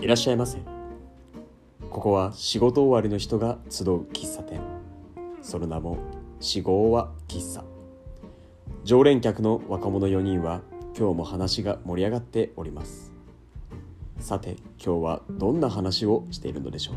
らっしゃいませ。ここは仕事終わりの人が集う喫茶店。その名も四号は喫茶。常連客の若者4人は今日も話が盛り上がっております。さて今日はどんな話をしているのでしょう。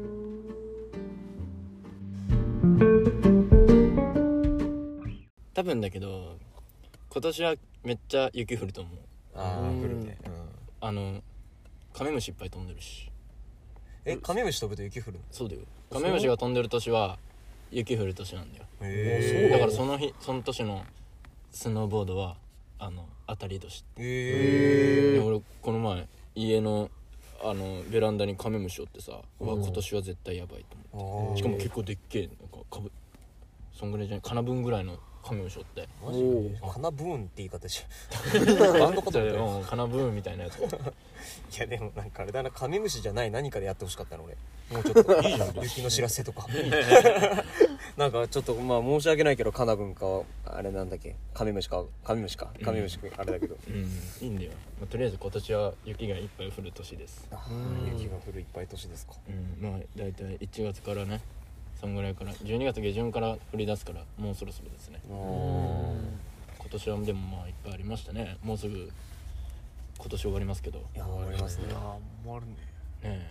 多分だけど今年はめっちゃ雪降ると思う。 降るね、 カメムシいっぱい飛んでるし。 カメムシ飛ぶと雪降るの？ そうだよ。カメムシが飛んでる年は雪降る年なんだよ。 そうだからその年のスノーボードは当たり年。で俺この前家のベランダにカメムシおってさ、今年は絶対やばいと思って。しかも結構でっけえそんぐらいじゃないかな分ぐらいのカメムシおって。 マジでカナブーンって言い方しバンドかと思った。 カナブーンみたいなやつ。 いやでもなんかあれだな、カメムシじゃない何かでやってほしかったの俺。もうちょっといいじゃん雪の知らせとかなんかちょっとまあ申し訳ないけどカナブンかあれなんだっけ、カメムシかあれだけど、 いいんだよ。とりあえず今年は雪がいっぱい降る年です。 雪が降るいっぱい年ですか。 まあだいたい1月からね、そんぐらいから12月下旬から降り出すからもうそろそろですね。今年はでもまあいっぱいありましたね。もうすぐ今年終わりますけど。 いや終わりますね。 終わるね。 ね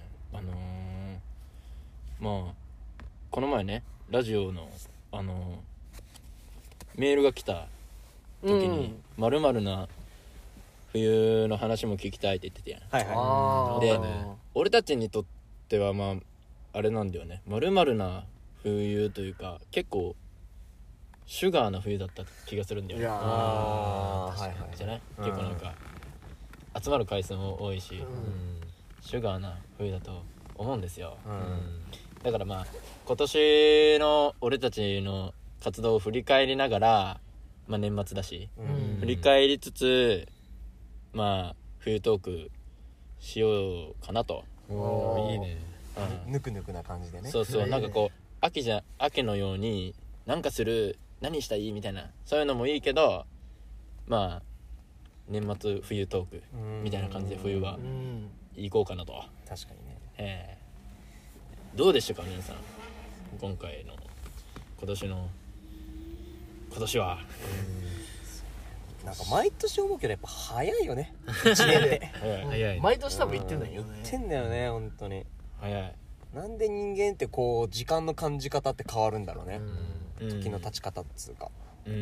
まあこの前ねラジオのメールが来た時に〇〇な冬の話も聞きたいって言ってたやん。で、俺たちにとってはまああれなんだよね、〇〇な冬というか結構シュガーな冬だった気がするんだよね。 じゃない、結構なんか集まる回数も多いし、シュガーな冬だと思うんですよ。だからまあ今年の俺たちの活動を振り返りながら、まあ年末だし、振り返りつつまあ冬トークしようかなと。 いいね。ぬくぬくな感じでね。 そうなんかこう秋のようになんかする、何したいみたいな、そういうのもいいけど、まあ年末冬トークみたいな感じで冬は行こうかなと。 確かにね。 どうでしたか皆さん、今回の今年は。 なんか毎年思うけどやっぱ早いよね1年で早い。 毎年多分言ってんだよね。 言ってんだよね本当に。 早い。 なんで人間ってこう時間の感じ方って変わるんだろうね。時の経ち方っつうか。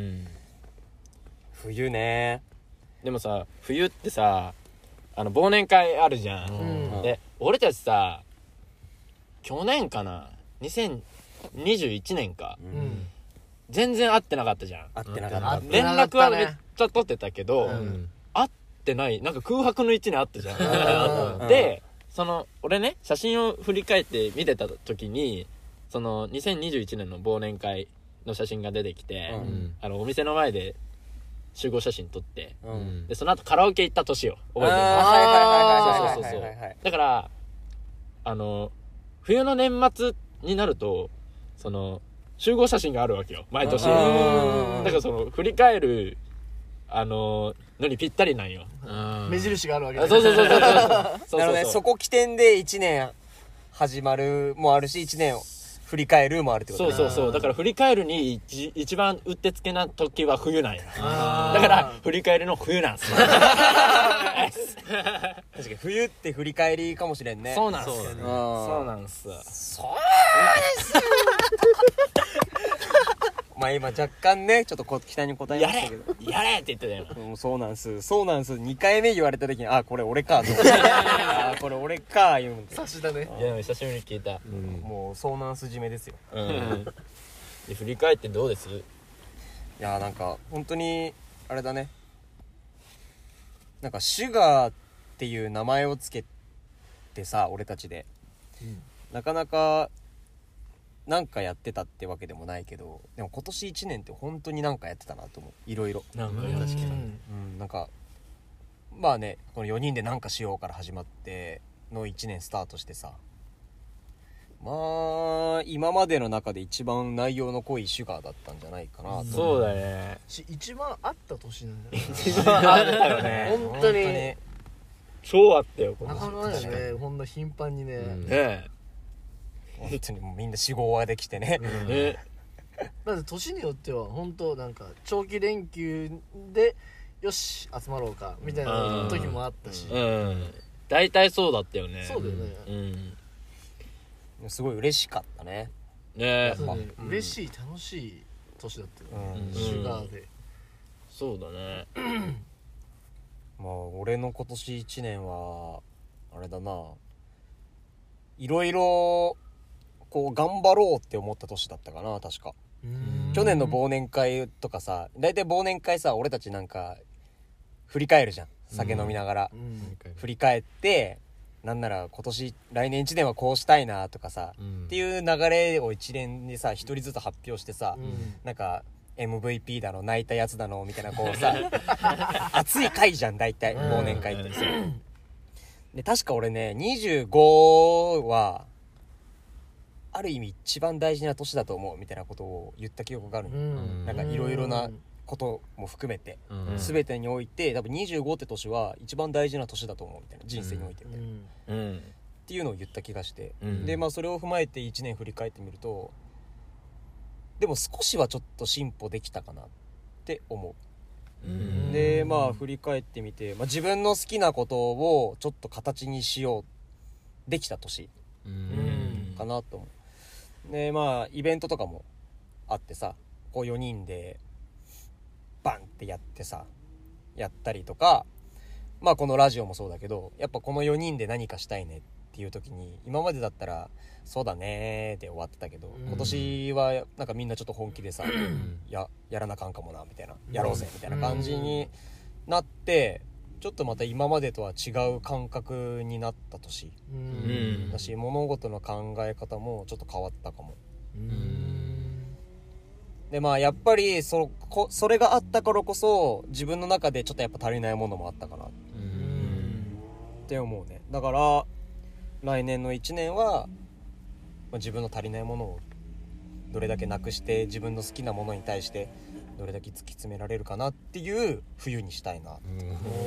冬ね。 でもさ冬ってさ忘年会あるじゃん。で俺たちさ去年かな2021年か、全然会ってなかったじゃん。 会ってなかった。 連絡はめっちゃ取ってたけど、会ってない、なんか空白の1年あったじゃん。で俺ね写真を振り返って見てた時にその2021年の忘年会の写真が出てきて、お店の前で集合写真撮って、でその後カラオケ行った年を覚えてる。そうだから冬の年末になるとその集合写真があるわけよ毎年。だからその振り返るのにぴったりなんよ。 目印があるわけだ。 そうなるほどね。そこ起点で1年始まるもあるし1年を振り返るもあるってことね。 そうだから振り返るに一番うってつけな時は冬なんや。だから振り返りの冬なんすよ。確かに冬って振り返りかもしれんね。 そうなんすよ。そうなんす。 まあ今若干ねちょっと期待に応えましたけど、 やれって言ってたよ。 そうなんす2回目言われた時にこれ俺かと思ってこれ俺か言うんで。 察しだね。 いや久しぶりに聞いた。 もうそうなんす締めですよ。 で振り返ってどうです？ いやなんか本当にあれだね、なんかシュガーっていう名前をつけてさ俺たちで、なかなかなんかやってたってわけでもないけど、でも今年1年って本当になんかやってたなと思う。いろいろなんかやらしきた。 なんかまあねこの4人でなんかしようから始まっての1年スタートしてさ、まあ今までの中で一番内容の濃いシュガーだったんじゃないかなと。 そうだね。 一番あった年なんだよ。 一番あったよね。 本当に超あったよこのなかなかねこんな頻繁にね、 ね本当にもうみんな4、5話できてね、 えだって年によっては本当なんか長期連休でよし集まろうかみたいな時もあったし、 大体そうだったよね。 そうだよね、 すごい嬉しかったね。 ねそうね嬉しい楽しい年だったよね、シュガーで、 そうだね。 まあ俺の今年1年はあれだな、いろいろこう頑張ろうって思った年だったかな確か。去年の忘年会とかさ、大体忘年会さ俺たちなんか振り返るじゃん、酒飲みながら、振り返ってなんなら今年来年1年はこうしたいなとかさ、っていう流れを一連でさ一人ずつ発表してさ、なんか MVP だの泣いたやつだのみたいなこうさ熱い回じゃん大体忘年会ってさ。で確か俺ね25はある意味一番大事な年だと思うみたいなことを言った記憶があるの、なんかいろいろなことも含めて、全てにおいて多分25って年は一番大事な年だと思うみたいな、人生においてみたいな、っていうのを言った気がして、でまあそれを踏まえて1年振り返ってみると、でも少しはちょっと進歩できたかなって思う。でまあ振り返ってみて、自分の好きなことをちょっと形にしようできた年かなと思う。でまあイベントとかもあってさ、こう4人でバンってやってさやったりとか、まあこのラジオもそうだけど、やっぱこの4人で何かしたいねっていう時に今までだったらそうだねーで終わってたけど、今年はなんかみんなちょっと本気でさやらなあかんかもなみたいな、やろうぜみたいな感じになって、ちょっとまた今までとは違う感覚になった年だし、物事の考え方もちょっと変わったかも。でまあやっぱりそれがあったからこそ自分の中でちょっとやっぱ足りないものもあったかなって思うね。だから来年の1年は、自分の足りないものをどれだけなくして自分の好きなものに対してどれだけ突き詰められるかなっていう冬にしたいなって。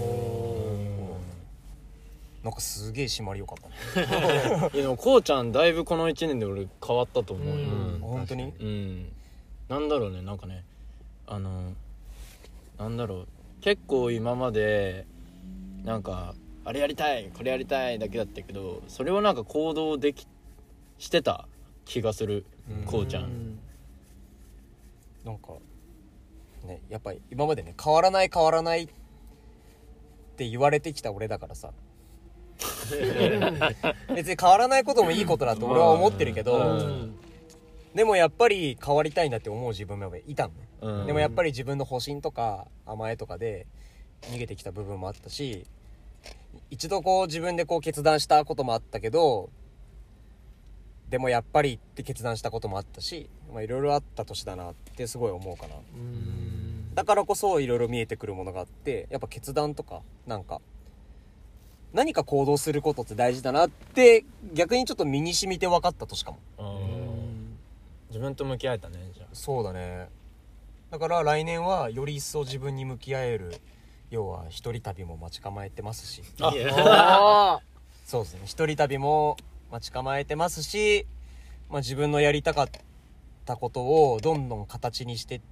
なんかすげえ締まりよかったねいやでもこうちゃんだいぶこの1年で俺変わったと思うよ。 本当になんだろうね、なんかねなんだろう、結構今までなんかあれやりたいこれやりたいだけだったけど、それをなんか行動してた気がする、こうちゃん。 なんかね、やっぱり今までね変わらないって言われてきた俺だからさ別に変わらないこともいいことだと俺は思ってるけど、でもやっぱり変わりたいなって思う自分もいたのね、でもやっぱり自分の保身とか甘えとかで逃げてきた部分もあったし、一度こう自分でこう決断したこともあったけど、でもやっぱりって決断したこともあったし、いろいろあった年だなってすごい思うかな。だからこそいろいろ見えてくるものがあって、やっぱ決断とかなんか何か行動することって大事だなって逆にちょっと身に染みて分かった年かも。 自分と向き合えたね。じゃあそうだね。だから来年はより一層自分に向き合える、要は一人旅も待ち構えてますし、そうですね、一人旅も待ち構えてますし、自分のやりたかったことをどんどん形にしてって、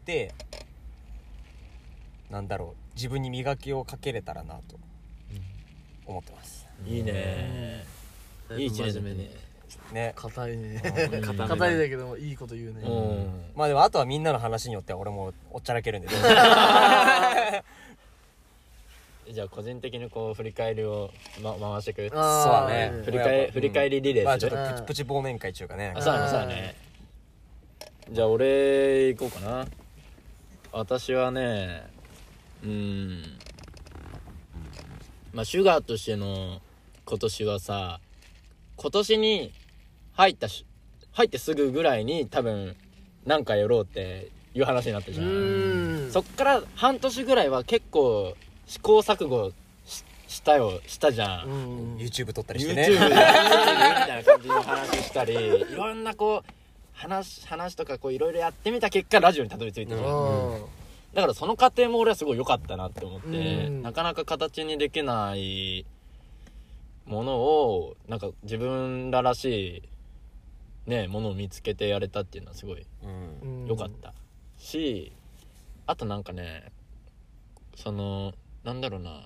なんだろう、自分に磨きをかけれたらなと思ってます。 いいね、いい一年だね。 硬いね硬いだけどもいいこと言うね。 でもあとはみんなの話によっては俺もおっちゃらけるんでじゃあ個人的にこう振り返りを、回してくれる。 そうだね、 振り返りリレーする。 ちょっとプチ忘年会中かね。 そうだね。じゃあ俺行こうかな。私はね、シュガーとしての今年はさ、今年に入ってすぐぐらいに多分なんかやろうっていう話になったじゃん。そっから半年ぐらいは結構試行錯誤したじゃん。 YouTube 撮ったりしてね。 YouTube みたいな感じの話したり、いろんなこう話とかこういろいろやってみた結果ラジオにたどり着いたじゃん。だからその過程も俺はすごい良かったなって思って、なかなか形にできないものをなんか自分らしいねものを見つけてやれたっていうのはすごい良かったし、あとなんかねそのなんだろうな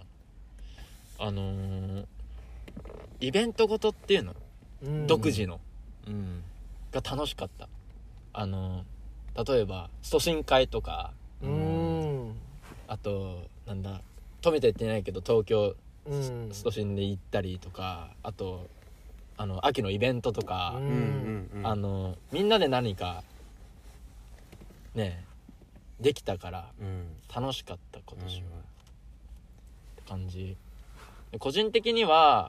イベントごとっていうの、独自の、が楽しかった。例えばスト新会とか、あとなんだ富田行ってないけど東京スト新で行ったりとか、あと秋のイベントとか、みんなで何かねできたから楽しかった今年は、って感じ。個人的には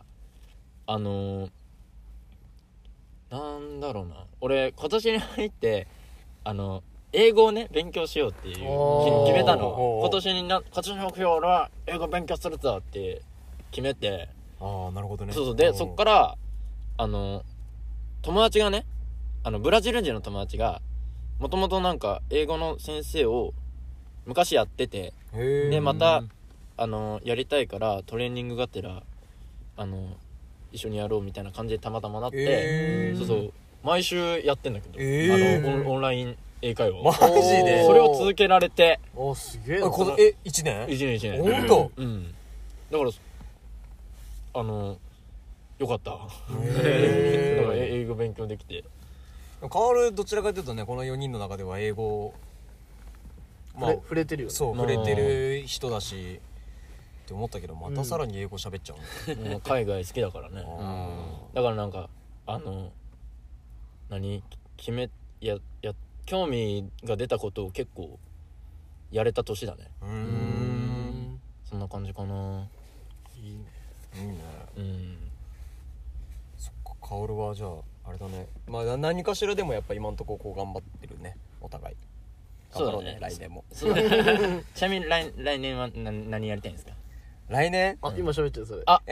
なんだろうな、俺今年に入って英語をね勉強しようっていう決めたの。今年の目標俺は英語勉強するぞって決めて、 ああなるほどね。 そうでそっから友達がねブラジル人の友達がもともとなんか英語の先生を昔やってて、でまたやりたいからトレーニングがてら一緒にやろうみたいな感じでたまたまなって、そう毎週やってんだけど、オンライン英会話をマジでそれを続けられて、 すげえな。 1年 1年本当、 だからよかった。だから英語勉強できて。 カールどちらかというとねこの4人の中では英語触れてるよね。 そう触れてる人だしって思ったけど、またさらに英語喋っちゃうもう海外好きだからね。だからなんか興味が出たことを結構やれた年だね。そんな感じかな。 いいね。 いいね。そっか、カオルはじゃああれだね。まあ何かしらでもやっぱ今んとここう頑張ってるね、お互い。 そうだね。 来年も。 ちなみに来年は何やりたいんですか？ 来年？ 今喋ってるそれ。 やだ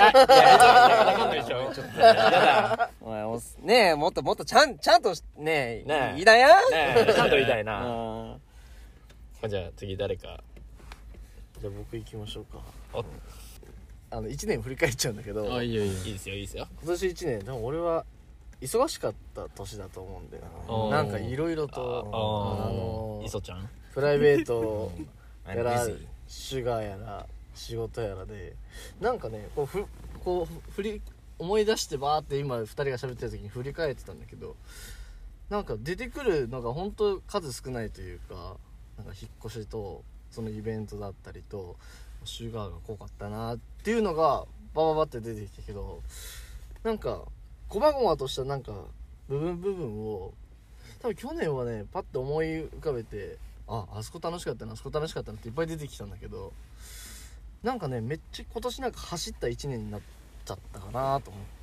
ねえ、もっとちゃんとねえ、いいだやちゃんと言いたいな。じゃあ次誰か。 じゃあ僕行きましょうか。1年振り返っちゃうんだけど、 いいですよ。 今年1年多分俺は忙しかった年だと思うんだよな。なんかいろいろと磯ちゃんプライベートやらシュガーやら仕事やらでなんかね思い出してバーって今2人が喋ってる時に振り返ってたんだけど、なんか出てくるのが本当数少ないというか、なんか引っ越しとそのイベントだったりとシュガーが濃かったなっていうのがババって出てきたけど、なんか細々としたなんか部分を多分去年はねパッと思い浮かべて、あそこ楽しかったなっていっぱい出てきたんだけど、なんかねめっちゃ今年なんか走った1年になっちゃったかなと思って。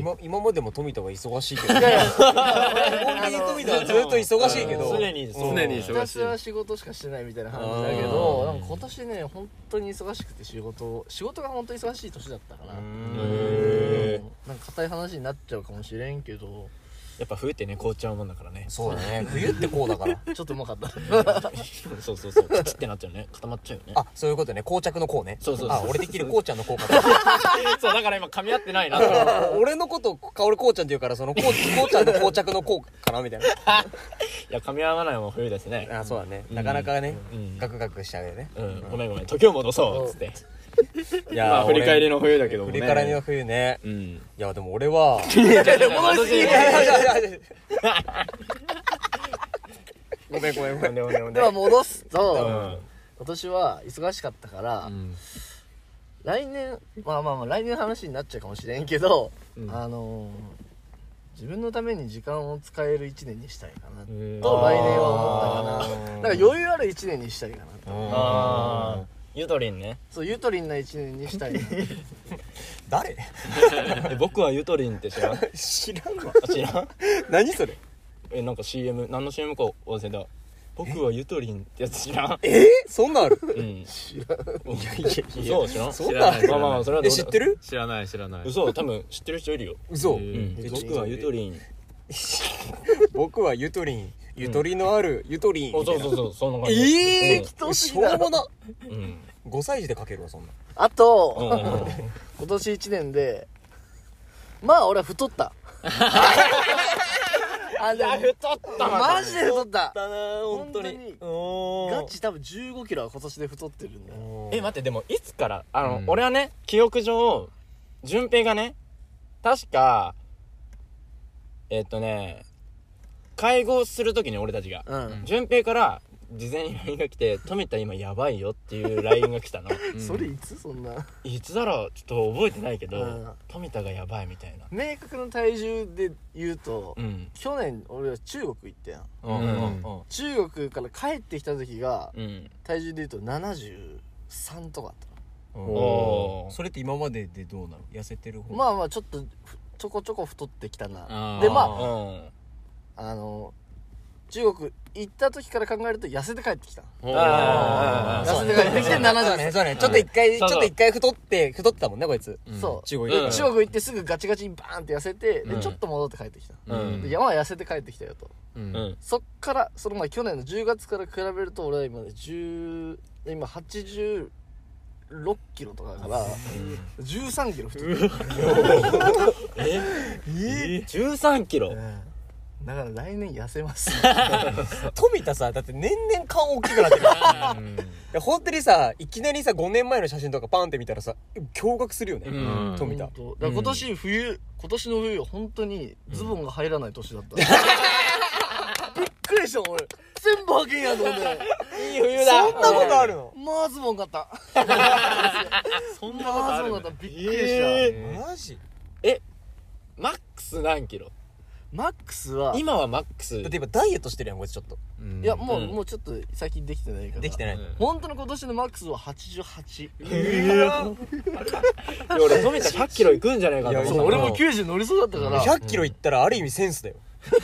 今までも富田は忙しいけど、本当に富田はずっと忙しいけど、 常に忙しい。 ひたすら仕事しかしてないみたいな感じだけど、なんか今年ね本当に忙しくて仕事が本当に忙しい年だったかな。なんか硬い話になっちゃうかもしれんけど、 やっぱ冬ってね凍っちゃうもんだからね。 そうだね、冬ってこうだからちょっとうまかったそうカチってなっちゃうね、固まっちゃうよね。 あ、そういうことね、膠着のこうね。 そうあ、俺的にこうちゃんのこうかそうだから今噛み合ってないな俺のこと俺こうちゃんって言うから、そのこうちゃんの膠着のこうかなみたいな。いや噛み合わないもん冬ですね。 あ、そうだね、なかなかねガクガクしちゃうよね。 ごめん時を戻そうっつって。 いや振り返りの冬だけどもね。 振り返りの冬ね。いやでも俺はごめん。 では戻すと、今年は忙しかったから、来年まあ来年の話になっちゃうかもしれんけど、自分のために時間を使える1年にしたいかなと来年は思ったかな。なんか余裕ある1年にしたいかなと。 ゆとりんね。 そうゆとりんな1年にしたいな誰？ 僕はゆとりんって知らん？ 知らんわ。 知らん？ 何それ？ なんか CM 何の CM か忘れた。僕はゆとりんってやつ知らん？ そんなんある？ 知らん。 嘘知らん？ そんなんある？ まあそれは知ってる？ 知らない嘘多分知ってる人いるよ。 嘘。 僕はゆとりん。 僕はゆとりん。ゆとりのあるゆとりん。 そうそんな感じ。 適当すぎだろ。 5歳児で書けるわそんな。 あと、 うん今年1年でまあ俺は太ったあでも太ったマジで太っただな本当にガチ多分15キロは今年で太ってるんだよ。 待ってでもいつから俺はね記憶上順平がね確か会合するときに俺たちがうん順平から事前に LINE が来て富田今やばいよっていう LINE が来たのそれいつそんないつだろうちょっと覚えてないけど、 うん富田がやばいみたいな明確な体重で言うと、 うん去年俺は中国行ったやん。 うん中国から帰ってきた時がうん体重で言うと73とかあったおーそれって今まででどうなの？痩せてる方？ まあまあちょっとちょこちょこ太ってきたな。 あーでまうんあ中国行った時から考えると痩せて帰ってきた。 あ痩せて帰ってきてそう 70 ねそうねちょっと一回そうそう太ってたもんねこいつ。 そう中国うん中国行ってすぐガチガチにバーンって痩せてでうんちょっと戻って帰ってきた。 うんで山は痩せて帰ってきたよと。 うんそっからその前去年の10月から比べると俺は今86キロとかだから13キロ太ってる。 13キロだから来年痩せます富田さだって年々顔大きくなってる。いや本当にさいきなりさ5年前の写真とかパンって見たらさ驚愕するよね。 うん富田。 だから今年の冬は本当にズボンが入らない年だった、びっくりした俺全部履けんやと思っていい冬だそんなことあるの？ まあズボン買ったそんまあズボン買ったびっくりした、 マジ？ マックス何キロマックスは今はマックスだって今ダイエットしてるやんこいつちょっと。 いやもう、 うんもうちょっと最近できてないからできてない。 本当の今年のマックスは88、 俺富田100キロいくんじゃないかと思ったそう俺も90乗りそうだったから 100キロいったらある意味センスだよ。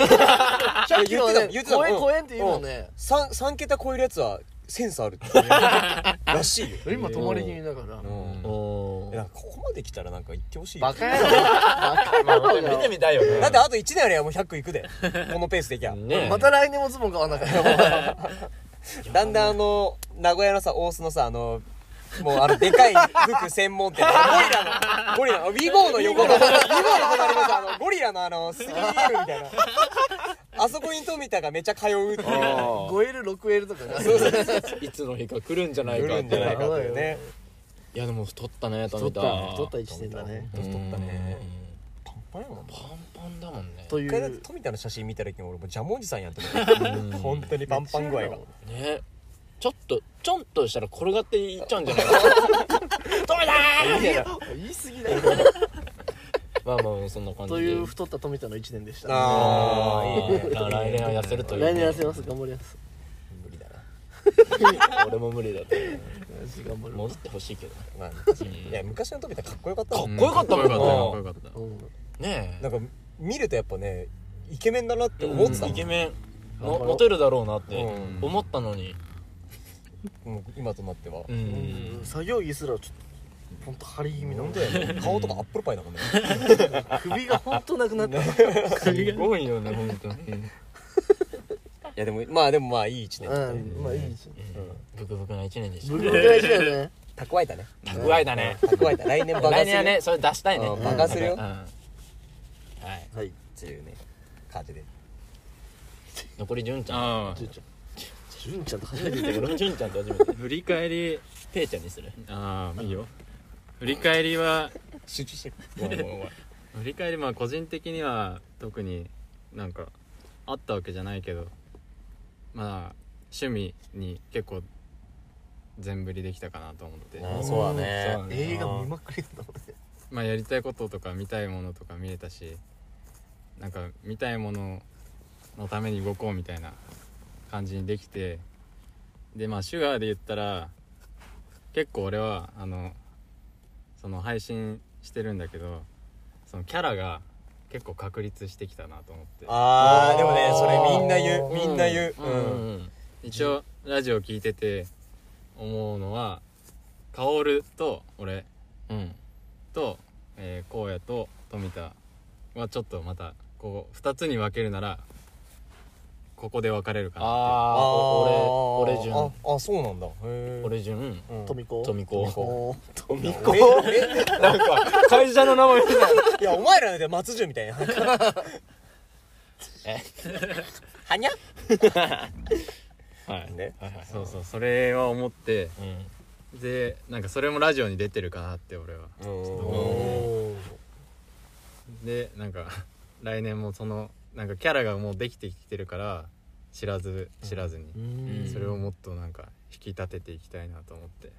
100キロはね言ってたもん超えんって言うもんね、 3桁超えるやつはセンスあるってらしいよ。 今泊まり気味だから、 おなんかここまで来たらなんか言ってほしいよ。 バカ野郎バカ野郎見てみたいよねだってあと1年あればもう100いくでこのペースでいきゃ。 ねまた来年もズボン買わなかっただんだん名古屋のさ大須のさもうでかい服専門店ゴリラのウィゴーの横のウィゴーの隣のさゴリラの3L みたいなあそこに富田がめちゃ通うっていう 5L6L とかねいつの日か来るんじゃない来かるんじゃないかというね。 いやでも太ったね太っ富田た太った1年だね太ったね。パンパンやもんな。 パンパンだもんねとい一回だってう富田の写真見た時に俺もうジャムおじさんやんって思って本当にパンパン具合が。 ねちょんとしたら転がっていっちゃうんじゃないか富田ーみたいな言い過ぎだよまあまあそんな感じでという太った富田の1年でしたああいいね。 来年は痩せるという来年痩せます頑張ります無理だな。 俺も無理だと思う頑張りま戻ってほしいけどまあいや昔の富田かっこよかったかっもん。 こよかったもんかっこよかったす、うんねなんか見るとやっぱねイケメンだなって思ってたもん。 イケメンモテるだろうなってうん思ったのにもう今となっては。 うん作業着すらちょっとほんと張り気味ななんで顔とかアップルパイだもんね。 首がほんとなくなったすごいよね本当にいやでもまあいい一年うだったね。 んまあいいですブクブクな1年でしたブクブク大事だよね蓄えたね。 蓄えたね蓄えた。来年爆発する。 来年はねそれ出したいねうん爆発するようんはいはいっていうね感じで。 残り純ちゃんああ純ちゃんと初めて言った俺も純ちゃんと初めて振り返りペイちゃんにするああいいよ振り返りは集中してる。 ごめんごめんごめん振り返りまあ個人的には特になんかあったわけじゃないけどまあ趣味に結構全振りできたかなと思ってああそうだね。 そうだね映画見まくりだもんねまあやりたいこととか見たいものとか見れたしなんか見たいもののために動こうみたいな感じにできてでまあシュガーで言ったら結構俺はその配信してるんだけどそのキャラが結構確立してきたなと思ってああでもねそれみんな言う。うん。 一応ラジオ聞いてて思うのは薫と俺うんと荒野と富田はちょっとまたこう2つに分けるならここで別れるかなっ俺順あ、そうなんだ。へえ。 俺順うんトミコトミコトミ俺なんか会社の名前みたいいや、お前らで松潤みたいな。はにゃはいね。 そうそうそれは思ってうんでなんかそれもラジオに出てるかなって俺はでなんか来年もそのなんかキャラがもうできてきてるから知らずにそれをもっとなんか引き立てていきたいなと思って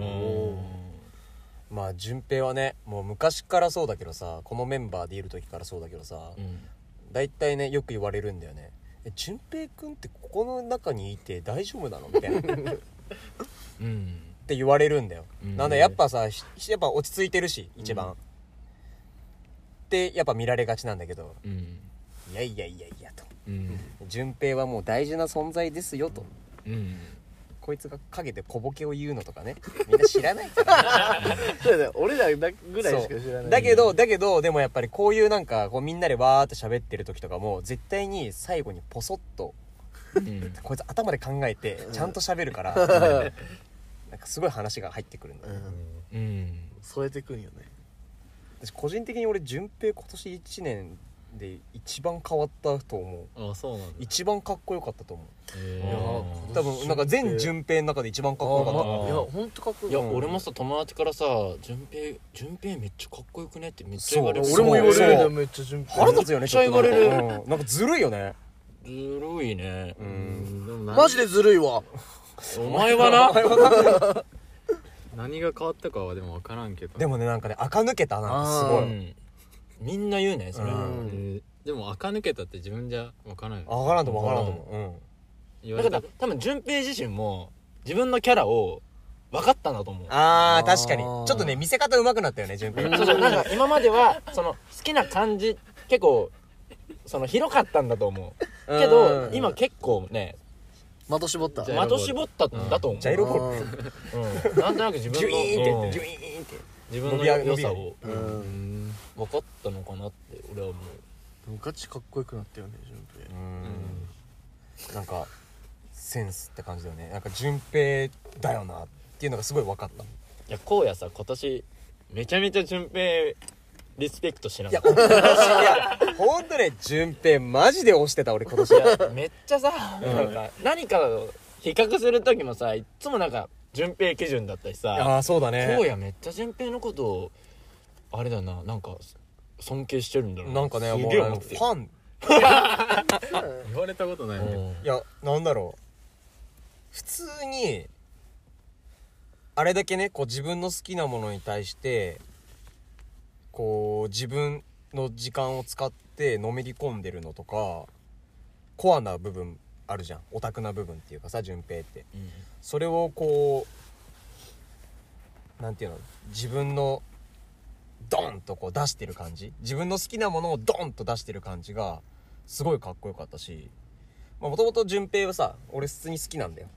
まあ順平はね、もう昔からそうだけどさ、このメンバーでいる時からそうだけどさ、大体ねよく言われるんだよね。順平くんってここの中にいて大丈夫なのみたいなって言われるんだよ。なんでやっぱさ、やっぱ落ち着いてるし一番、ってやっぱ見られがちなんだけど、いやいやいやいやと、順平はもう大事な存在ですよと、こいつが陰で小ボケを言うのとかね、みんな知らないからそうだよ、俺らぐらいしか知らない。 だけどでもやっぱりこういうなんかこうみんなでわーって喋ってる時とかも絶対に最後にポソッと、こいつ頭で考えてちゃんと喋るから、なんかすごい話が入ってくるんだよ、 添えてくんよね。 私個人的に俺順平今年1年で一番変わったと思う。 あそうなんだ一番かっこよかったと思う。 いや多分なんか全順平の中で一番かっこよかった。 いやほんとかっこいい。 いや俺もさ友達からさ順平めっちゃかっこよくねってめっちゃ言われる。 そう俺も言われるそうよ、めっちゃ順平。 腹立つよね。 めっちゃ言われるちょっとなんかなんかずるいよね。 ずるいね。 でもマジでずるいわ。 お前はな。 何が変わったかはでも分からんけどでもねなんかね垢抜けたなんかすごい。 みんな言うねそれ。 でも垢抜けたって自分じゃ分からんよ分からんとも分からんと思だから多分順平自身も自分のキャラを分かったんだと思う。 あー確かにちょっとね見せ方上手くなったよね順平。 そうそう、なんか今まではその好きな感じ結構その広かったんだと思うけど今結構ね的絞った。 じゃ的絞ったんだと思う。 ジャイロボールなんとなく自分のジュイーンって言ってジュイーンって自分の良さをうん分かったのかなって俺は思う。 ガチかっこよくなったよね、順平。 なんかセンスって感じだよね。なんか順平だよなっていうのがすごい分かった。 いやこうやさ今年めちゃめちゃ順平リスペクトしなかっいやほんとね順平マジで推してた俺今年。 た。めっちゃさなんか何かを比較する時もさいっつもなんか順平基準だったしさ、 ああそうだね。 こうやめっちゃ順平のことをあれだな、なんか尊敬してるんだろうなんかねすもうフげえ思ってる。 ァン。 言われたことないねいやなんだろう、普通にあれだけねこう自分の好きなものに対してこう自分の時間を使ってのめり込んでるのとかコアな部分あるじゃん、オタクな部分っていうかさ順平ってそれをこうなんていうの、自分のドンとこう出してる感じ、自分の好きなものをドンと出してる感じがすごいかっこよかったし、もともと順平はさ俺普通に好きなんだよ。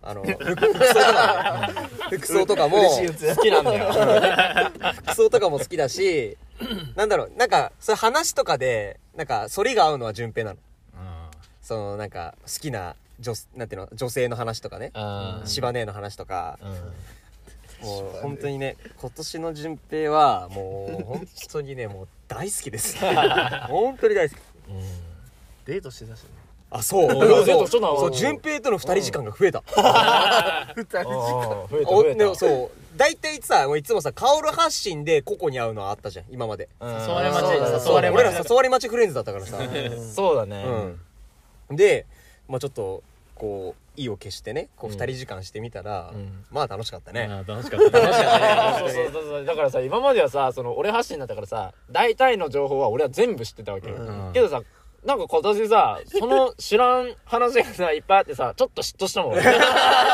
服装とかも好きなんだよ。 服装とかも好きだしなんだろう、なんかそういう話とかでなんか反りが合うのは順平なの。そのなんか好きななんていうの女性の話とかね、芝姉の話とか、もう本当にね今年の順平はもう本当にねもう大好きです本当に大好き。 デートしてたしね。 あそうデートしたな。 そう順平との2人時間が増えた。 2人時間。 増えた増えた。 そう大体さいつもさカオル発信でココに会うのはあったじゃん今まで。 誘われ待ちそう俺ら誘われ待ちフレンズだったからさそうだね。 でまあちょっとこう意を消してねこう2人時間してみたらまあ楽しかったね。 楽しかったそうだからさ今まではさその俺発信だったからさ大体の情報は俺は全部知ってたわけよ。けどさなんか今年さその知らん話がさいっぱいあってさちょっと嫉妬したもんみたいな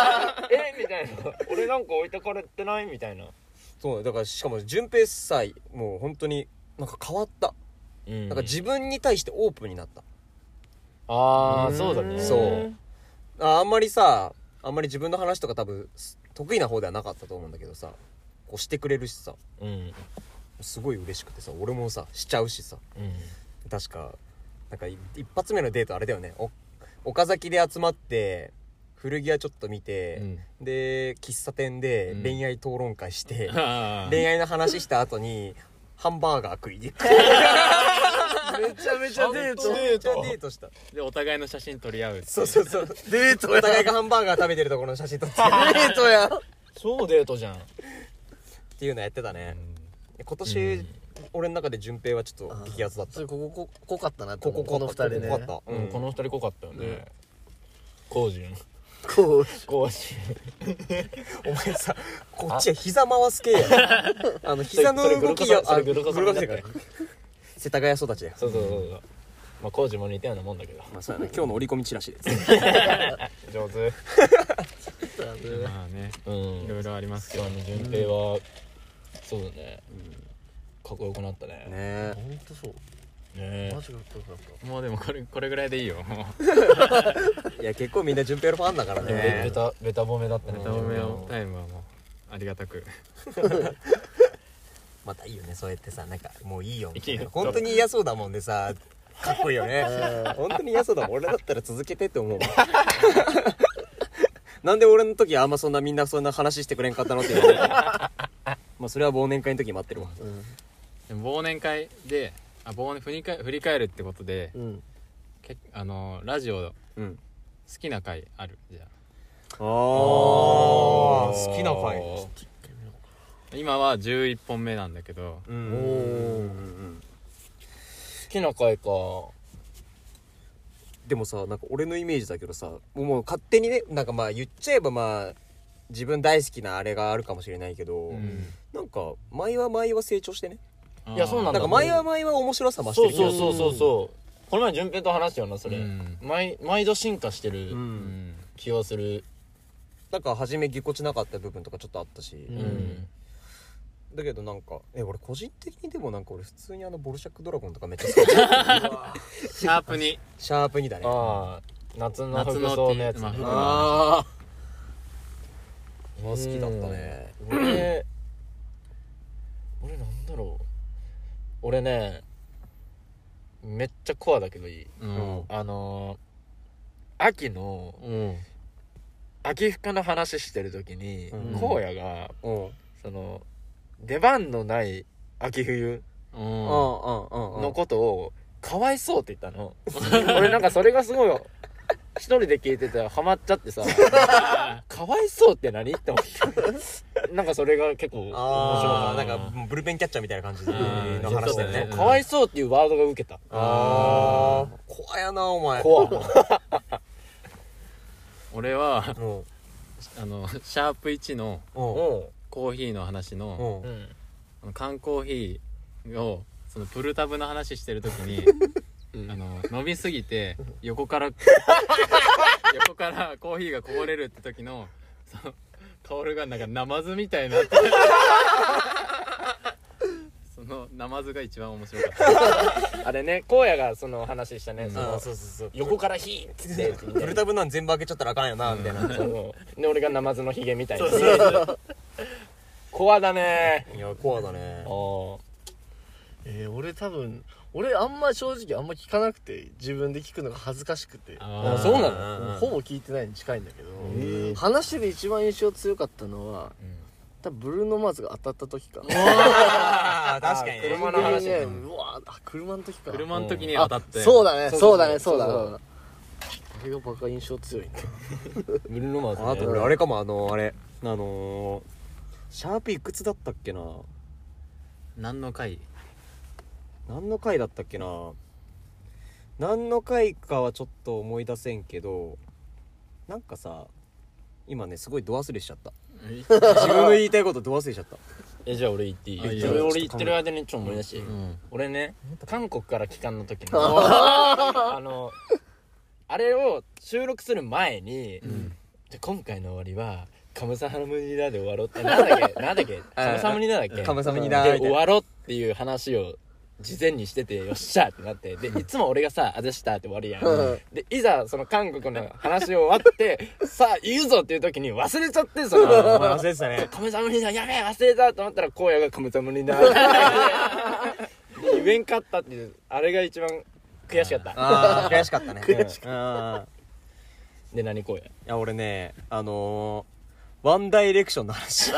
俺なんか置いてかれてないみたいな。 そうだからしかも順平さもう本当になんか変わった、なんか自分に対してオープンになった。 ああそうだね。 そうあんまり自分の話とか多分得意な方ではなかったと思うんだけどさこうしてくれるしさ、すごい嬉しくてさ俺もさしちゃうしさ、確かなんか一発目のデートあれだよね、 岡崎で集まって古着屋ちょっと見て、で喫茶店で恋愛討論会して、恋愛の話した後にハンバーガー食いに行く。 めちゃめちゃデート。 めっちゃデートした。 でお互いの写真撮り合う。 そうそうそう。 デートや。 お互いがハンバーガー食べてるところの写真撮ってデートや。 超デートじゃん。 っていうのやってたね。今年俺の中で順平はちょっと激アツだった。 それ濃かったなって。 この二人ね。 濃かった。 この二人濃かったよね。コウジン。 こうお前さ、こっちは膝回す系や。膝の動きよ。 グルコサミンだから世田谷育ちだよ。 そうまあコウジも似たようなもんだけど。 まあそうやね。今日の折り込みチラシです。 上手。 まあね、いろいろありますけど、 順平はそうだね。かっこよくなったね。 ね。 ほんとそう。 ねマジかっこよかった。 もうでもこれぐらいでいいよ。 いや結構みんな順平のファンだからね。 ベタ褒めだったね。 ベタ褒めのタイムはもうありがたく。 またいいよね、そうやってさ、なんかもういいよみたいいいよな。本当に嫌そうだもんでさ、かっこいいよね。本当に嫌そうだもん。俺だったら続けてって思うもん。なんで俺の時あんまそんなみんなそんな話してくれんかったのって言われて。まあそれは忘年会の時待ってるわ。 でも忘年会で振り返るってことで、ラジオ好きな回ある？じゃあ好きな回。 今は11本目なんだけど、 好きな回か。 でもさ、なんか俺のイメージだけどさ、もう勝手にね、なんかまあ言っちゃえばまあ自分大好きなあれがあるかもしれないけど、なんか毎話成長してね。 いやそうなんだ。 なんか毎話面白さ増してる。 そうこの前順平と話したよなそれ。毎度進化してる気がする。 なんか初めぎこちなかった部分とかちょっとあったし、だけどなんか俺個人的にでもなんか俺普通にボルシャックドラゴンとかめっちゃ好き。 シャープ2 だね。 ああ夏の服装のやつ。 もう好きだったね。 俺なんだろう。俺ねめっちゃコアだけどいい。秋の秋服の話してる時に荒野がその出番のない秋冬のことをかわいそうって言ったの。俺なんかそれがすごい一人で聞いててハマっちゃってさかわいそうって何って思ってなんかそれが結構面白かった。 なんかブルペンキャッチャーみたいな感じの話だよね。 かわいそうっていうワードが受けた。 怖やなお前。 怖俺はシャープ1のコーヒーの話の缶コーヒーをそのプルタブの話してる時に飲みすぎて横からコーヒーがこぼれるって時のその薫がなんかナマズみたいになってそのナマズが一番面白かったあれね荒野がその話したね。そう横からヒーってプルタブなん全部開けちゃったらあかんよなみたいな。 で俺がナマズのヒゲみたいな。コアだね。 いやコアだね。 俺多分あんま正直あんま聞かなくて自分で聞くのが恥ずかしくて。 そうなの？ ほぼ聞いてないに近いんだけど、話で一番印象強かったのは多分ブルーノマーズが当たった時か。 確かにね。 車の話ね。 うわ車の時か。 車の時に当たってそうだね。あれがバカ印象強いね。 ブルーノマーズね。 あと俺あれかもシャープいくつだったっけな。 何の回だったっけな。何の回かはちょっと思い出せんけど、なんかさ今ねすごいド忘れしちゃった。自分の言いたいことド忘れしちゃった。 じゃあ俺言っていい？俺言ってる間にちょっと思い出して、俺ね韓国から帰還の時のあれを収録する前に、で今回の終わりはカムサハムニダで終わろうってなんだっけカムサハムニダだっけカムサハムニダで終わろうっていう話を事前にしててよっしゃってなって、でいつも俺がさあざしたって終わるやん、でいざその韓国の話終わってさあ言うぞっていう時に忘れちゃって、その忘れてたね。 カムサハムニダやべえ忘れたと思ったら荒野がカムサハムニダ言えんかったっていうあれが一番悔しかった。 悔しかったね。 で何こうや。 いや俺ねワンダイレクションの話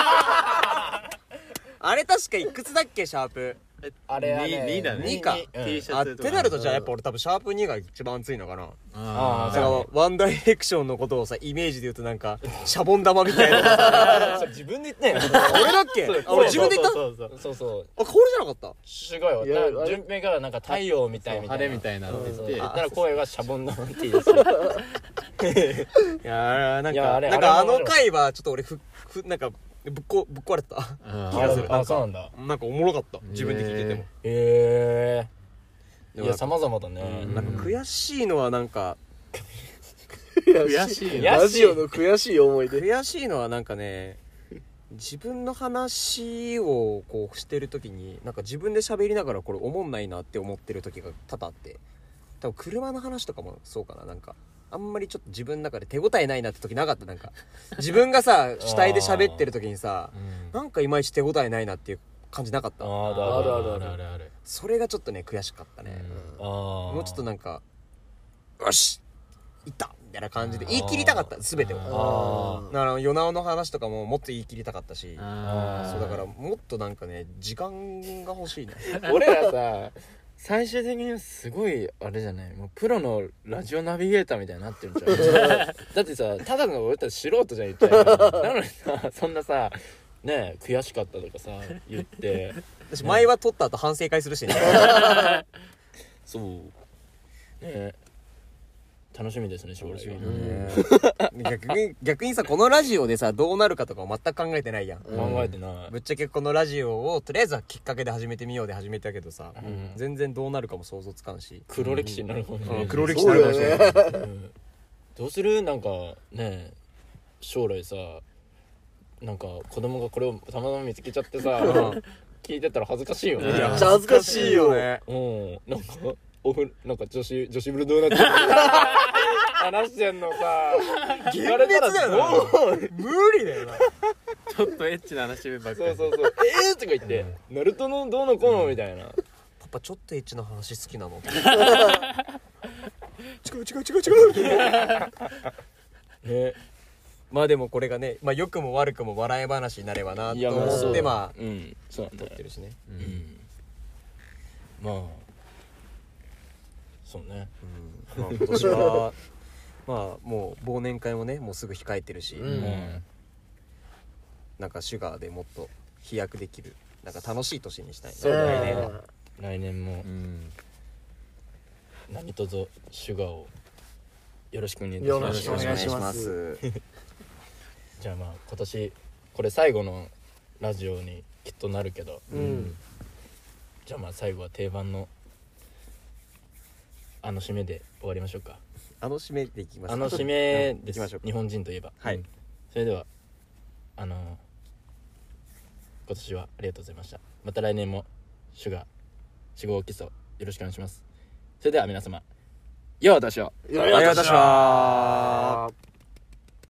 あれ確かいくつだっけシャープあれはね 2だね 2か T シあっャツとかてなるとじゃあやっぱ俺多分シャープ2が一番熱いのかな。 あだからワンダイレクションのことをさイメージで言うとなんかシャボン玉みたいなそれ自分で言ってんよ。 俺だっけあ俺自分で言ったそうそうあこれじゃなかったすごいよ。 いやだから順平がなんか太陽みたいみたいな晴れみたいなって言って言ったら声がシャボン玉って言うし。 いやーなんいやかあれあれあの回はちょっと俺なんかぶっ壊れてた気がする。 あそうなんだ。 なんかおもろかった自分で聞いてても。 へえ。いやでもなんか様々だね。 なんか悔しいのはなんか悔しいラジオの悔しい思い出。 悔しいのはなんかね自分の話をこうしてる時になんか自分で喋りながらこれおもんないなって思ってる時が多々あって、多分車の話とかもそうかな。なんかあんまりちょっと自分の中で手応えないなって時なかった。なんか自分がさ主体で喋ってる時にさなんかいまいち手応えないなっていう感じなかった。 ああるあるあるあるそれがちょっとね悔しかったね。 あもうちょっとなんかよしいったみたいな感じで言い切りたかった全てを。 あだからヨナオの話とかももっと言い切りたかったし、 あそうだからもっとなんかね時間が欲しいね。 俺らさ最終的にすごいあれじゃない、もうプロのラジオナビゲーターみたいになってるじゃんだってさただの俺たち素人じゃん言っちゃえばなのにさそんなさねえ悔しかったとかさ言って私前は撮った後反省会するしねそうねえ楽しみですね将来が逆にさこのラジオでさどうなるかとか全く考えてないやん。 考えてないぶっちゃけこのラジオをとりあえずはきっかけで始めてみようで始めたけどさ、 ん全然どうなるかも想像つかんし、 黒歴史になるかもしれない黒歴史になるかもしれない。 どうするなんかねえ将来さなんか子供がこれをたまたま見つけちゃってさ聞いてたら恥ずかしいよね。 いやめっちゃ恥ずかしいよね。 うんなんかなんか女子ブルどうなってる話してんのさ聞かれたら厳密だよなどう無理だよな。 ちょっとエッチな話ばっかりそうとか言ってナルトのどうのこうのみたいなパパちょっとエッチな話好きなの違うねまあでもこれがね、まあ良くも悪くも笑い話になればなと思ってまあうんそうなんだよ撮ってるしね。 まあそうねまあ今年はまあもう忘年会もねもうすぐ控えてるし、なんかシュガーでもっと飛躍できるなんか楽しい年にしたいね。 そうだね来年は来年もうん何卒シュガーをよろしくお願いしよろますしくお願いしますす。 じゃあまあ今年これ最後のラジオにきっとなるけど、じゃあまあ最後は定番の締めで終わりましょうか。 締めでいきます。 締めうんです行きましょうか。 日本人といえば。 はいそれでは今年はありがとうございました。また来年もシュガー4号基礎よろしくお願いします。それでは皆様よう私をありがとうございました。